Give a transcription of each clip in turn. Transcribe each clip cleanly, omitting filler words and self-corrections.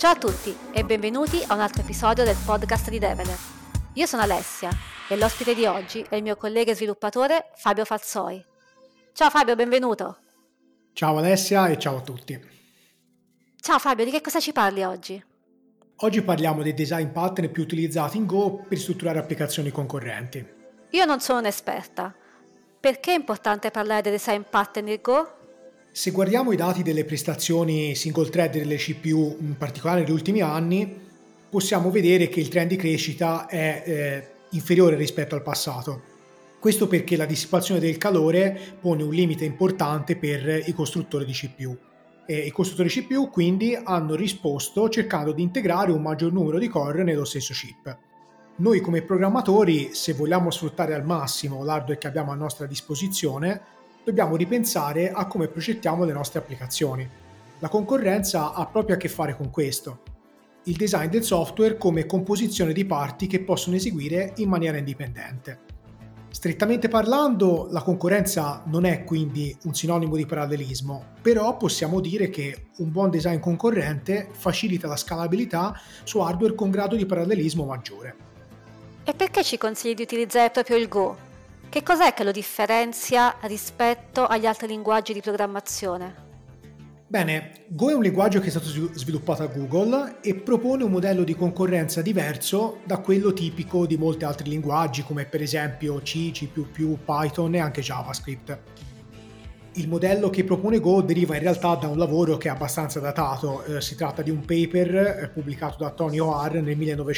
Ciao a tutti e benvenuti a un altro episodio del podcast di Develer. Io sono Alessia e l'ospite di oggi è il mio collega e sviluppatore Fabio Falzoi. Ciao Fabio, benvenuto. Ciao Alessia e ciao a tutti. Ciao Fabio, di che cosa ci parli oggi? Oggi parliamo dei design pattern più utilizzati in Go per strutturare applicazioni concorrenti. Io non sono un'esperta. Perché è importante parlare dei design pattern in Go? Se guardiamo i dati delle prestazioni single thread delle CPU, in particolare negli ultimi anni, possiamo vedere che il trend di crescita è inferiore rispetto al passato. Questo perché la dissipazione del calore pone un limite importante per i costruttori di CPU. I costruttori CPU quindi hanno risposto cercando di integrare un maggior numero di core nello stesso chip. Noi come programmatori, se vogliamo sfruttare al massimo l'hardware che abbiamo a nostra disposizione, dobbiamo ripensare a come progettiamo le nostre applicazioni. La concorrenza ha proprio a che fare con questo. Il design del software come composizione di parti che possono eseguire in maniera indipendente. Strettamente parlando, la concorrenza non è quindi un sinonimo di parallelismo, però possiamo dire che un buon design concorrente facilita la scalabilità su hardware con grado di parallelismo maggiore. E perché ci consigli di utilizzare proprio il Go? Che cos'è che lo differenzia rispetto agli altri linguaggi di programmazione? Bene, Go è un linguaggio che è stato sviluppato a Google e propone un modello di concorrenza diverso da quello tipico di molti altri linguaggi come per esempio C, C++, Python e anche JavaScript. Il modello che propone Go deriva in realtà da un lavoro che è abbastanza datato, si tratta di un paper pubblicato da Tony Hoare nel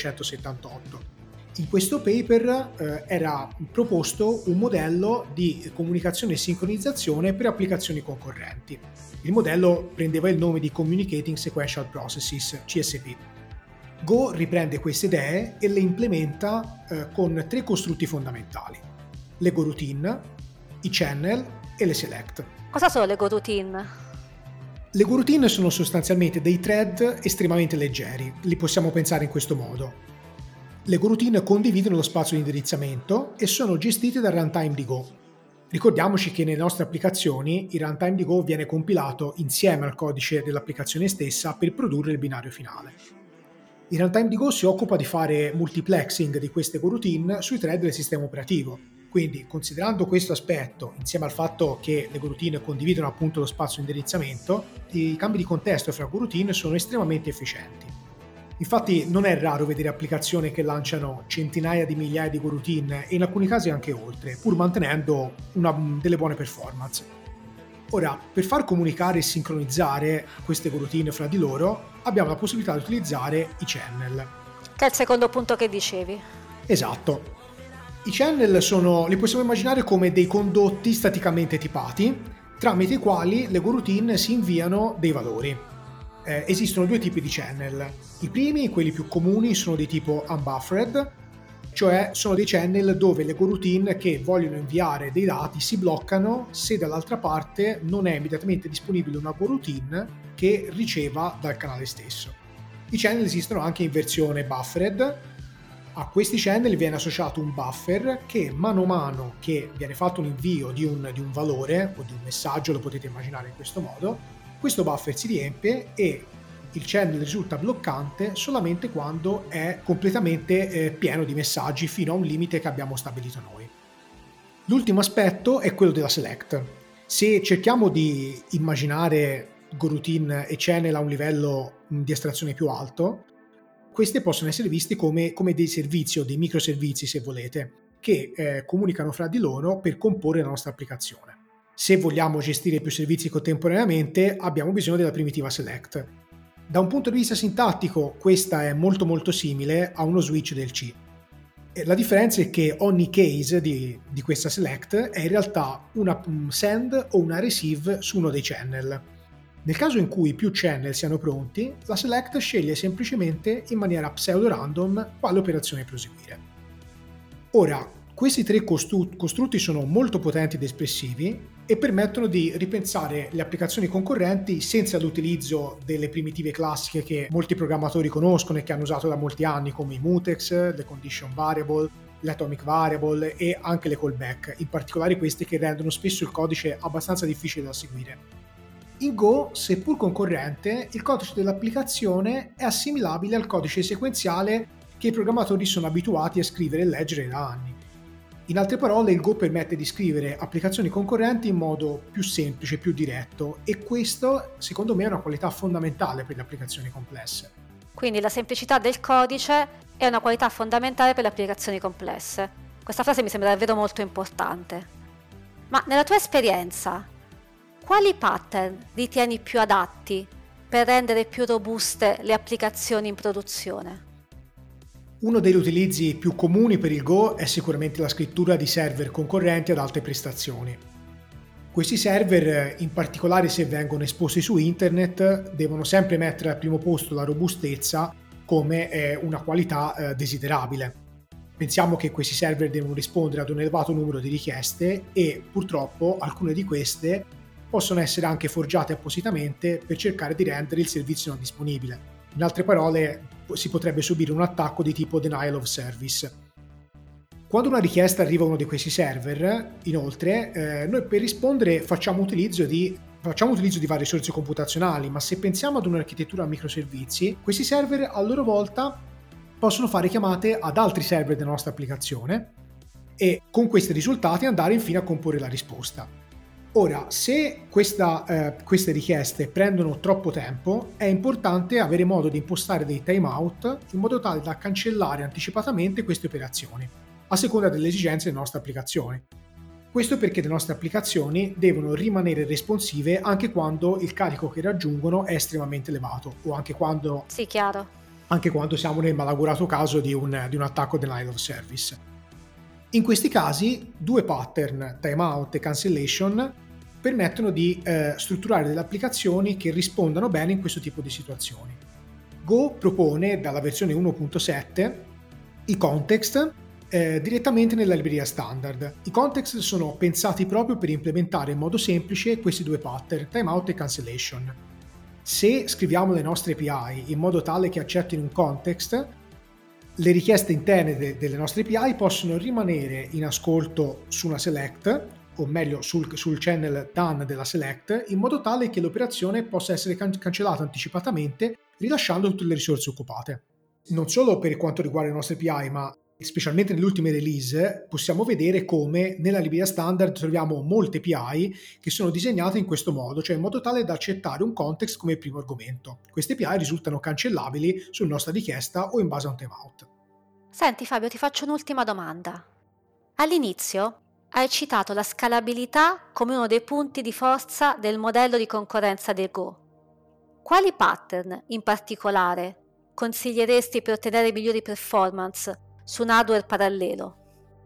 1978. In questo paper era proposto un modello di comunicazione e sincronizzazione per applicazioni concorrenti. Il modello prendeva il nome di Communicating Sequential Processes, CSP. Go riprende queste idee e le implementa con tre costrutti fondamentali: le Go routine, i channel e le select. Cosa sono le Go routine? Le Go routine sono sostanzialmente dei thread estremamente leggeri, li possiamo pensare in questo modo. Le Go routine condividono lo spazio di indirizzamento e sono gestite dal runtime di Go. Ricordiamoci che nelle nostre applicazioni il runtime di Go viene compilato insieme al codice dell'applicazione stessa per produrre il binario finale. Il runtime di Go si occupa di fare multiplexing di queste Go routine sui thread del sistema operativo. Quindi, considerando questo aspetto, insieme al fatto che le Go routine condividono appunto lo spazio di indirizzamento, i cambi di contesto fra Go routine sono estremamente efficienti. Infatti non è raro vedere applicazioni che lanciano centinaia di migliaia di Go routine e in alcuni casi anche oltre, pur mantenendo delle buone performance. Ora, per far comunicare e sincronizzare queste Go routine fra di loro, abbiamo la possibilità di utilizzare i channel. Che è il secondo punto che dicevi. Esatto. I channel li possiamo immaginare come dei condotti staticamente tipati, tramite i quali le Go routine si inviano dei valori. Esistono due tipi di channel. I primi, quelli più comuni, sono di tipo unbuffered, cioè sono dei channel dove le Go routine che vogliono inviare dei dati si bloccano se dall'altra parte non è immediatamente disponibile una Go routine che riceva dal canale stesso. I channel esistono anche in versione buffered. A questi channel viene associato un buffer che mano a mano che viene fatto un invio di un valore o di un messaggio, lo potete immaginare in questo modo, questo buffer si riempie e il channel risulta bloccante solamente quando è completamente pieno di messaggi fino a un limite che abbiamo stabilito noi. L'ultimo aspetto è quello della select. Se cerchiamo di immaginare Go routine e channel a un livello di astrazione più alto, queste possono essere viste come dei servizi o dei microservizi, se volete, che comunicano fra di loro per comporre la nostra applicazione. Se vogliamo gestire più servizi contemporaneamente, abbiamo bisogno della primitiva select. Da un punto di vista sintattico, questa è molto simile a uno switch del C. La differenza è che ogni case di questa select è in realtà una send o una receive su uno dei channel. Nel caso in cui più channel siano pronti, la select sceglie semplicemente in maniera pseudo-random quale operazione proseguire. Ora, questi tre costrutti sono molto potenti ed espressivi e permettono di ripensare le applicazioni concorrenti senza l'utilizzo delle primitive classiche che molti programmatori conoscono e che hanno usato da molti anni, come i mutex, le condition variable, l'atomic variable e anche le callback, in particolare queste che rendono spesso il codice abbastanza difficile da seguire. In Go, seppur concorrente, il codice dell'applicazione è assimilabile al codice sequenziale che i programmatori sono abituati a scrivere e leggere da anni. In altre parole, il Go permette di scrivere applicazioni concorrenti in modo più semplice, più diretto, e questo, secondo me, è una qualità fondamentale per le applicazioni complesse. Quindi la semplicità del codice è una qualità fondamentale per le applicazioni complesse. Questa frase mi sembra davvero molto importante. Ma nella tua esperienza, quali pattern ritieni più adatti per rendere più robuste le applicazioni in produzione? Uno degli utilizzi più comuni per il Go è sicuramente la scrittura di server concorrenti ad alte prestazioni. Questi server, in particolare se vengono esposti su internet, devono sempre mettere al primo posto la robustezza come una qualità desiderabile. Pensiamo che questi server devono rispondere ad un elevato numero di richieste e purtroppo alcune di queste possono essere anche forgiate appositamente per cercare di rendere il servizio non disponibile. In altre parole, si potrebbe subire un attacco di tipo denial of service. Quando una richiesta arriva a uno di questi server, inoltre, noi per rispondere facciamo utilizzo di varie risorse computazionali, ma se pensiamo ad un'architettura a microservizi, questi server a loro volta possono fare chiamate ad altri server della nostra applicazione e con questi risultati andare infine a comporre la risposta. Ora, se queste richieste prendono troppo tempo, è importante avere modo di impostare dei timeout in modo tale da cancellare anticipatamente queste operazioni, a seconda delle esigenze delle nostre applicazioni. Questo perché le nostre applicazioni devono rimanere responsive anche quando il carico che raggiungono è estremamente elevato o anche quando Sì, chiaro. Anche quando siamo nel malaugurato caso di un attacco denial of service. In questi casi, due pattern, timeout e cancellation, permettono di strutturare delle applicazioni che rispondano bene in questo tipo di situazioni. Go propone dalla versione 1.7 i context direttamente nella libreria standard. I context sono pensati proprio per implementare in modo semplice questi due pattern, timeout e cancellation. Se scriviamo le nostre API in modo tale che accettino un context, le richieste interne delle nostre API possono rimanere in ascolto su una select, o meglio sul channel done della select, in modo tale che l'operazione possa essere cancellata anticipatamente rilasciando tutte le risorse occupate. Non solo per quanto riguarda le nostre API, ma specialmente nelle ultime release, possiamo vedere come nella libreria standard troviamo molte API che sono disegnate in questo modo, cioè in modo tale da accettare un context come primo argomento. Queste API risultano cancellabili su nostra richiesta o in base a un timeout. Senti Fabio, ti faccio un'ultima domanda. All'inizio hai citato la scalabilità come uno dei punti di forza del modello di concorrenza del Go. Quali pattern, in particolare, consiglieresti per ottenere migliori performance su un hardware parallelo?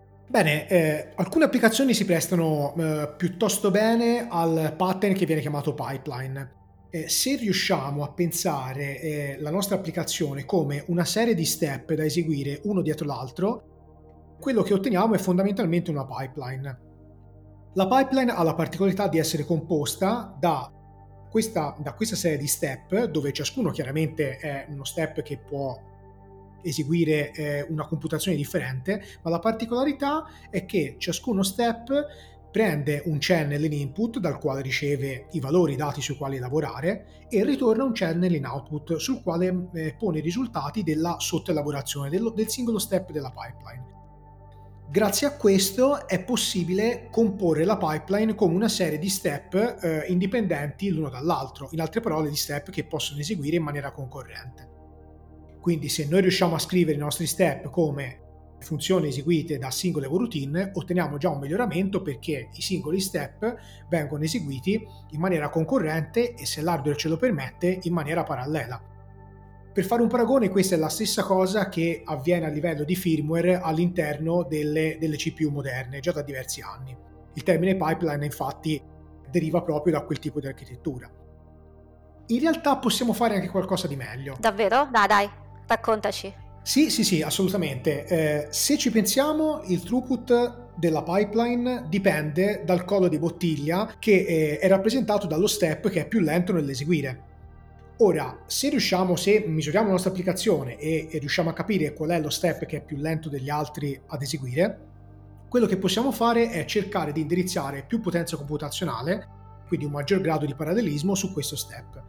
Bene, alcune applicazioni si prestano piuttosto bene al pattern che viene chiamato pipeline. Se riusciamo a pensare la nostra applicazione come una serie di step da eseguire uno dietro l'altro, quello che otteniamo è fondamentalmente una pipeline. La pipeline ha la particolarità di essere composta da questa serie di step, dove ciascuno chiaramente è uno step che può eseguire una computazione differente, ma la particolarità è che ciascuno step prende un channel in input dal quale riceve i valori, i dati sui quali lavorare e ritorna un channel in output sul quale pone i risultati della sottoelaborazione del singolo step della pipeline. Grazie a questo è possibile comporre la pipeline come una serie di step indipendenti l'uno dall'altro, in altre parole di step che possono eseguire in maniera concorrente. Quindi se noi riusciamo a scrivere i nostri step come funzioni eseguite da singole routine, otteniamo già un miglioramento perché i singoli step vengono eseguiti in maniera concorrente e, se l'hardware ce lo permette, in maniera parallela. Per fare un paragone, questa è la stessa cosa che avviene a livello di firmware all'interno delle CPU moderne, già da diversi anni. Il termine pipeline, infatti, deriva proprio da quel tipo di architettura. In realtà possiamo fare anche qualcosa di meglio. Davvero? Dai, raccontaci. Sì, assolutamente. Se ci pensiamo, il throughput della pipeline dipende dal collo di bottiglia che è rappresentato dallo step che è più lento nell'eseguire. Ora, se misuriamo la nostra applicazione e riusciamo a capire qual è lo step che è più lento degli altri ad eseguire, quello che possiamo fare è cercare di indirizzare più potenza computazionale quindi un maggior grado di parallelismo su questo step.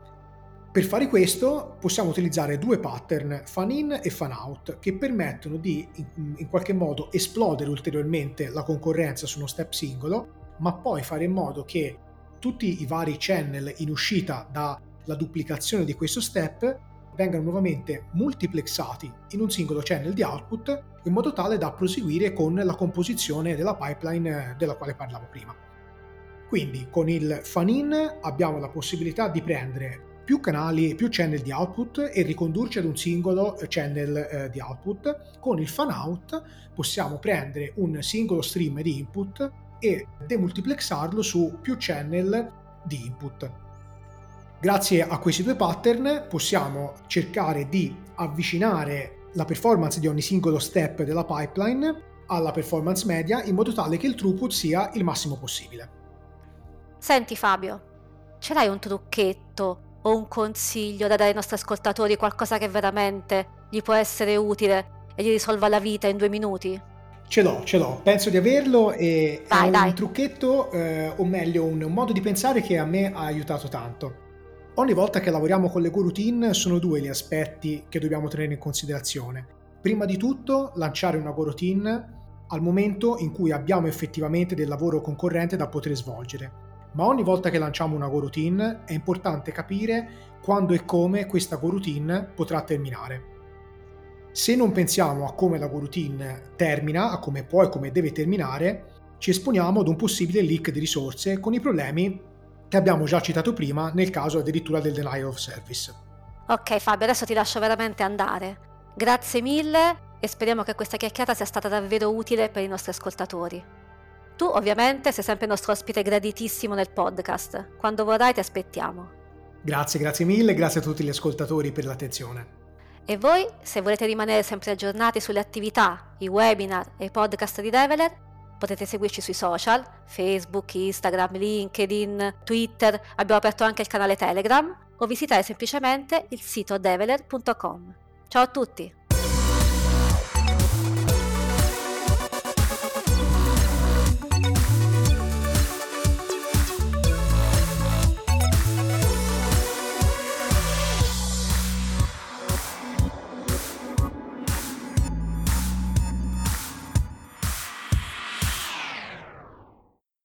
Per fare questo possiamo utilizzare due pattern, fan in e fan out, che permettono di in qualche modo esplodere ulteriormente la concorrenza su uno step singolo, ma poi fare in modo che tutti i vari channel in uscita dalla duplicazione di questo step vengano nuovamente multiplexati in un singolo channel di output, in modo tale da proseguire con la composizione della pipeline della quale parlavo prima. Quindi con il fan in abbiamo la possibilità di prendere più canali, più channel di output e ricondurci ad un singolo channel di output. Con il fan out possiamo prendere un singolo stream di input e demultiplexarlo su più channel di input. Grazie a questi due pattern possiamo cercare di avvicinare la performance di ogni singolo step della pipeline alla performance media, in modo tale che il throughput sia il massimo possibile. Senti Fabio, ce l'hai un trucchetto o un consiglio da dare ai nostri ascoltatori, qualcosa che veramente gli può essere utile e gli risolva la vita in 2 minuti? Ce l'ho, penso di averlo e Dai, è un trucchetto, o meglio un modo di pensare che a me ha aiutato tanto. Ogni volta che lavoriamo con le go-routine sono 2 gli aspetti che dobbiamo tenere in considerazione. Prima di tutto lanciare una go-routine al momento in cui abbiamo effettivamente del lavoro concorrente da poter svolgere. Ma ogni volta che lanciamo una go-routine è importante capire quando e come questa go-routine potrà terminare. Se non pensiamo a come la go-routine termina, a come può e come deve terminare, ci esponiamo ad un possibile leak di risorse con i problemi che abbiamo già citato prima nel caso addirittura del denial of service. Ok Fabio, adesso ti lascio veramente andare. Grazie mille e speriamo che questa chiacchierata sia stata davvero utile per i nostri ascoltatori. Tu ovviamente sei sempre il nostro ospite graditissimo nel podcast. Quando vorrai ti aspettiamo. Grazie mille, grazie a tutti gli ascoltatori per l'attenzione. E voi, se volete rimanere sempre aggiornati sulle attività, i webinar e i podcast di Develer, potete seguirci sui social, Facebook, Instagram, LinkedIn, Twitter, abbiamo aperto anche il canale Telegram o visitare semplicemente il sito develer.com. Ciao a tutti!